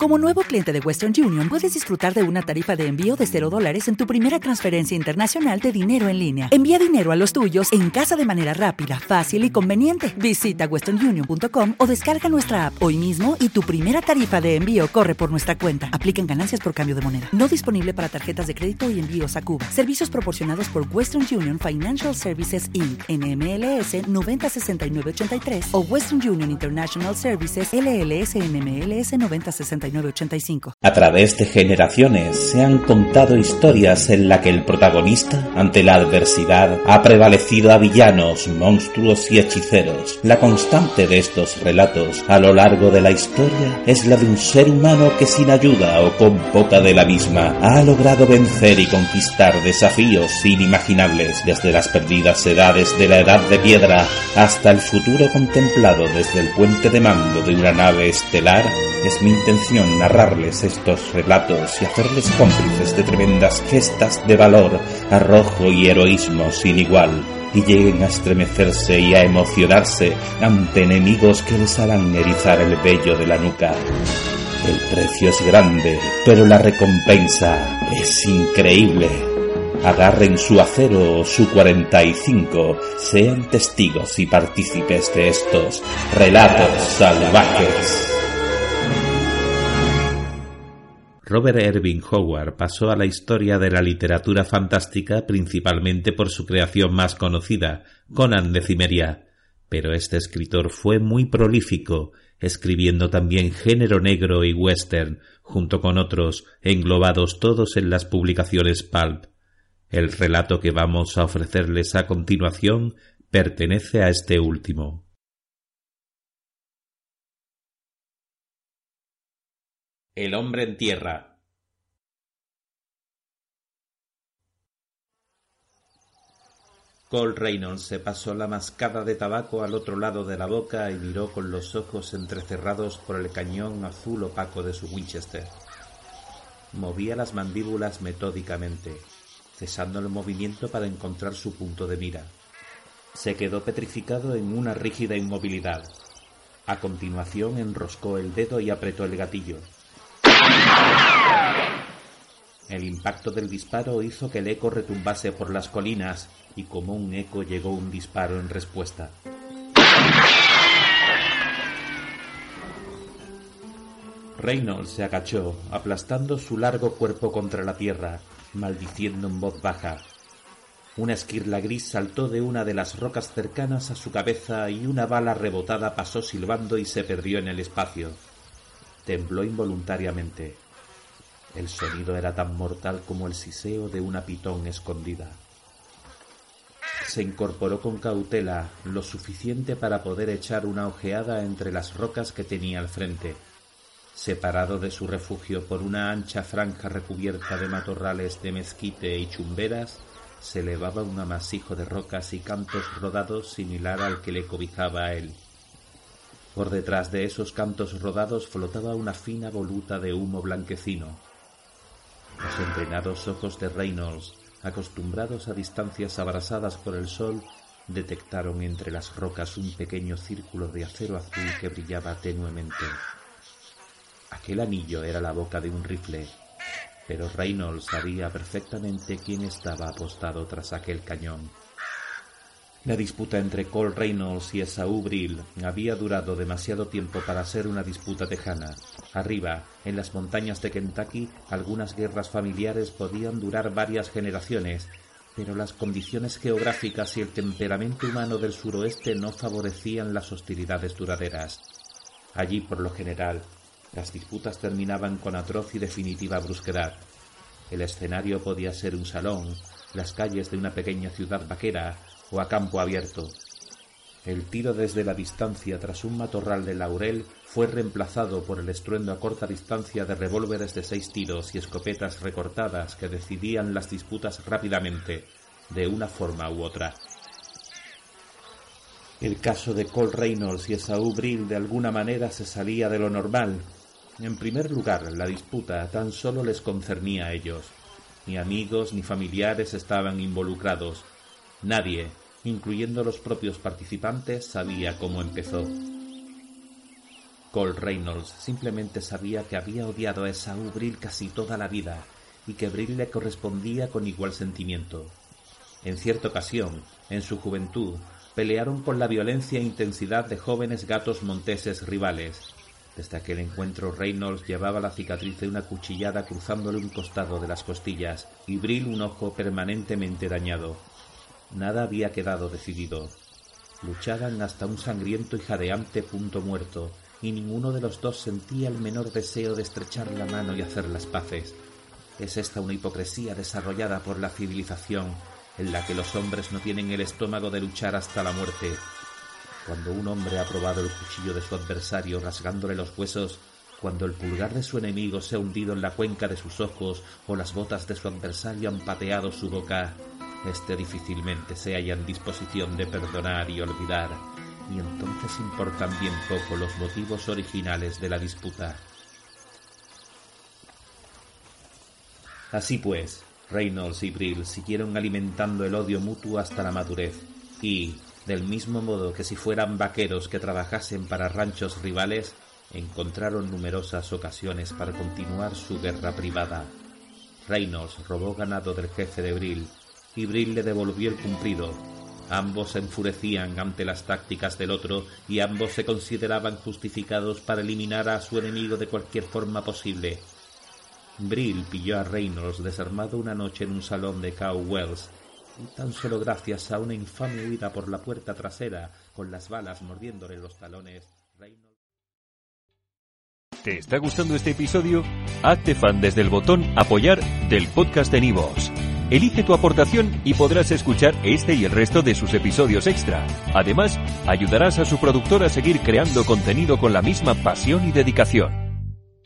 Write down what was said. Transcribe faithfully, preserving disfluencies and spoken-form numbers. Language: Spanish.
Como nuevo cliente de Western Union, puedes disfrutar de una tarifa de envío de cero dólares en tu primera transferencia internacional de dinero en línea. Envía dinero a los tuyos en casa de manera rápida, fácil y conveniente. Visita western union punto com o descarga nuestra app hoy mismo y tu primera tarifa de envío corre por nuestra cuenta. Aplican ganancias por cambio de moneda. No disponible para tarjetas de crédito y envíos a Cuba. Servicios proporcionados por Western Union Financial Services incorporated. N M L S noventa sesenta y nueve ochenta y tres o Western Union International Services L L S N M L S noventa sesenta y nueve ochenta y cinco. A través de generaciones se han contado historias en las que el protagonista, ante la adversidad, ha prevalecido a villanos, monstruos y hechiceros. La constante de estos relatos a lo largo de la historia es la de un ser humano que sin ayuda o con poca de la misma ha logrado vencer y conquistar desafíos inimaginables desde las perdidas edades de la Edad de Piedra hasta el futuro contemplado desde el puente de mando de una nave estelar. Es mi intención narrarles estos relatos y hacerles cómplices de tremendas gestas de valor, arrojo y heroísmo sin igual, y lleguen a estremecerse y a emocionarse ante enemigos que les harán erizar el vello de la nuca. El precio es grande, pero la recompensa es increíble. Agarren su acero o su cuarenta y cinco, sean testigos y partícipes de estos relatos salvajes. Robert Irving Howard pasó a la historia de la literatura fantástica principalmente por su creación más conocida, Conan de Cimmeria, pero este escritor fue muy prolífico, escribiendo también género negro y western, junto con otros, englobados todos en las publicaciones pulp. El relato que vamos a ofrecerles a continuación pertenece a este último. El hombre en tierra. Cole Reynolds se pasó la mascada de tabaco al otro lado de la boca y miró con los ojos entrecerrados por el cañón azul opaco de su Winchester. Movía las mandíbulas metódicamente, cesando el movimiento para encontrar su punto de mira. Se quedó petrificado en una rígida inmovilidad. A continuación enroscó el dedo y apretó el gatillo. El impacto del disparo hizo que el eco retumbase por las colinas y como un eco llegó un disparo en respuesta. Reynolds se agachó, aplastando su largo cuerpo contra la tierra, maldiciendo en voz baja. Una esquirla gris saltó de una de las rocas cercanas a su cabeza y una bala rebotada pasó silbando y se perdió en el espacio. Tembló involuntariamente. El sonido era tan mortal como el siseo de una pitón escondida. Se incorporó con cautela, lo suficiente para poder echar una ojeada entre las rocas que tenía al frente. Separado de su refugio por una ancha franja recubierta de matorrales de mezquite y chumberas, se elevaba un amasijo de rocas y cantos rodados similar al que le cobijaba a él. Por detrás de esos cantos rodados flotaba una fina voluta de humo blanquecino. Los entrenados ojos de Reynolds, acostumbrados a distancias abrasadas por el sol, detectaron entre las rocas un pequeño círculo de acero azul que brillaba tenuemente. Aquel anillo era la boca de un rifle, pero Reynolds sabía perfectamente quién estaba apostado tras aquel cañón. La disputa entre Cole Reynolds y Esaú Brill había durado demasiado tiempo para ser una disputa tejana. Arriba, en las montañas de Kentucky, algunas guerras familiares podían durar varias generaciones, pero las condiciones geográficas y el temperamento humano del suroeste no favorecían las hostilidades duraderas. Allí, por lo general, las disputas terminaban con atroz y definitiva brusquedad. El escenario podía ser un salón, las calles de una pequeña ciudad vaquera o a campo abierto. El tiro desde la distancia tras un matorral de laurel fue reemplazado por el estruendo a corta distancia de revólveres de seis tiros y escopetas recortadas que decidían las disputas rápidamente, de una forma u otra. El caso de Cole Reynolds y Esaú Brill de alguna manera se salía de lo normal. En primer lugar, la disputa tan solo les concernía a ellos. Ni amigos ni familiares estaban involucrados. Nadie, incluyendo los propios participantes, sabía cómo empezó. Cole Reynolds simplemente sabía que había odiado a Esau Brill casi toda la vida y que Brill le correspondía con igual sentimiento. En cierta ocasión, en su juventud, pelearon con la violencia e intensidad de jóvenes gatos monteses rivales. Desde aquel encuentro Reynolds llevaba la cicatriz de una cuchillada cruzándole un costado de las costillas y Brill un ojo permanentemente dañado. Nada había quedado decidido. Luchaban hasta un sangriento y jadeante punto muerto, y ninguno de los dos sentía el menor deseo de estrechar la mano y hacer las paces. ¿Es esta una hipocresía desarrollada por la civilización, en la que los hombres no tienen el estómago de luchar hasta la muerte? Cuando un hombre ha probado el cuchillo de su adversario rasgándole los huesos, cuando el pulgar de su enemigo se ha hundido en la cuenca de sus ojos o las botas de su adversario han pateado su boca, éste difícilmente se halla en disposición de perdonar y olvidar, y entonces importan bien poco los motivos originales de la disputa. Así pues, Reynolds y Brill siguieron alimentando el odio mutuo hasta la madurez, y, del mismo modo que si fueran vaqueros que trabajasen para ranchos rivales, encontraron numerosas ocasiones para continuar su guerra privada. Reynolds robó ganado del jefe de Brill, y Brill le devolvió el cumplido. Ambos se enfurecían ante las tácticas del otro y ambos se consideraban justificados para eliminar a su enemigo de cualquier forma posible. Brill pilló a Reynolds desarmado una noche en un salón de Cow Wells, y tan solo gracias a una infame huida por la puerta trasera, con las balas mordiéndole los talones, Reynolds... ¿Te está gustando este episodio? Hazte fan desde el botón Apoyar del podcast de Nivos. Elige tu aportación y podrás escuchar este y el resto de sus episodios extra. Además, ayudarás a su productor a seguir creando contenido con la misma pasión y dedicación.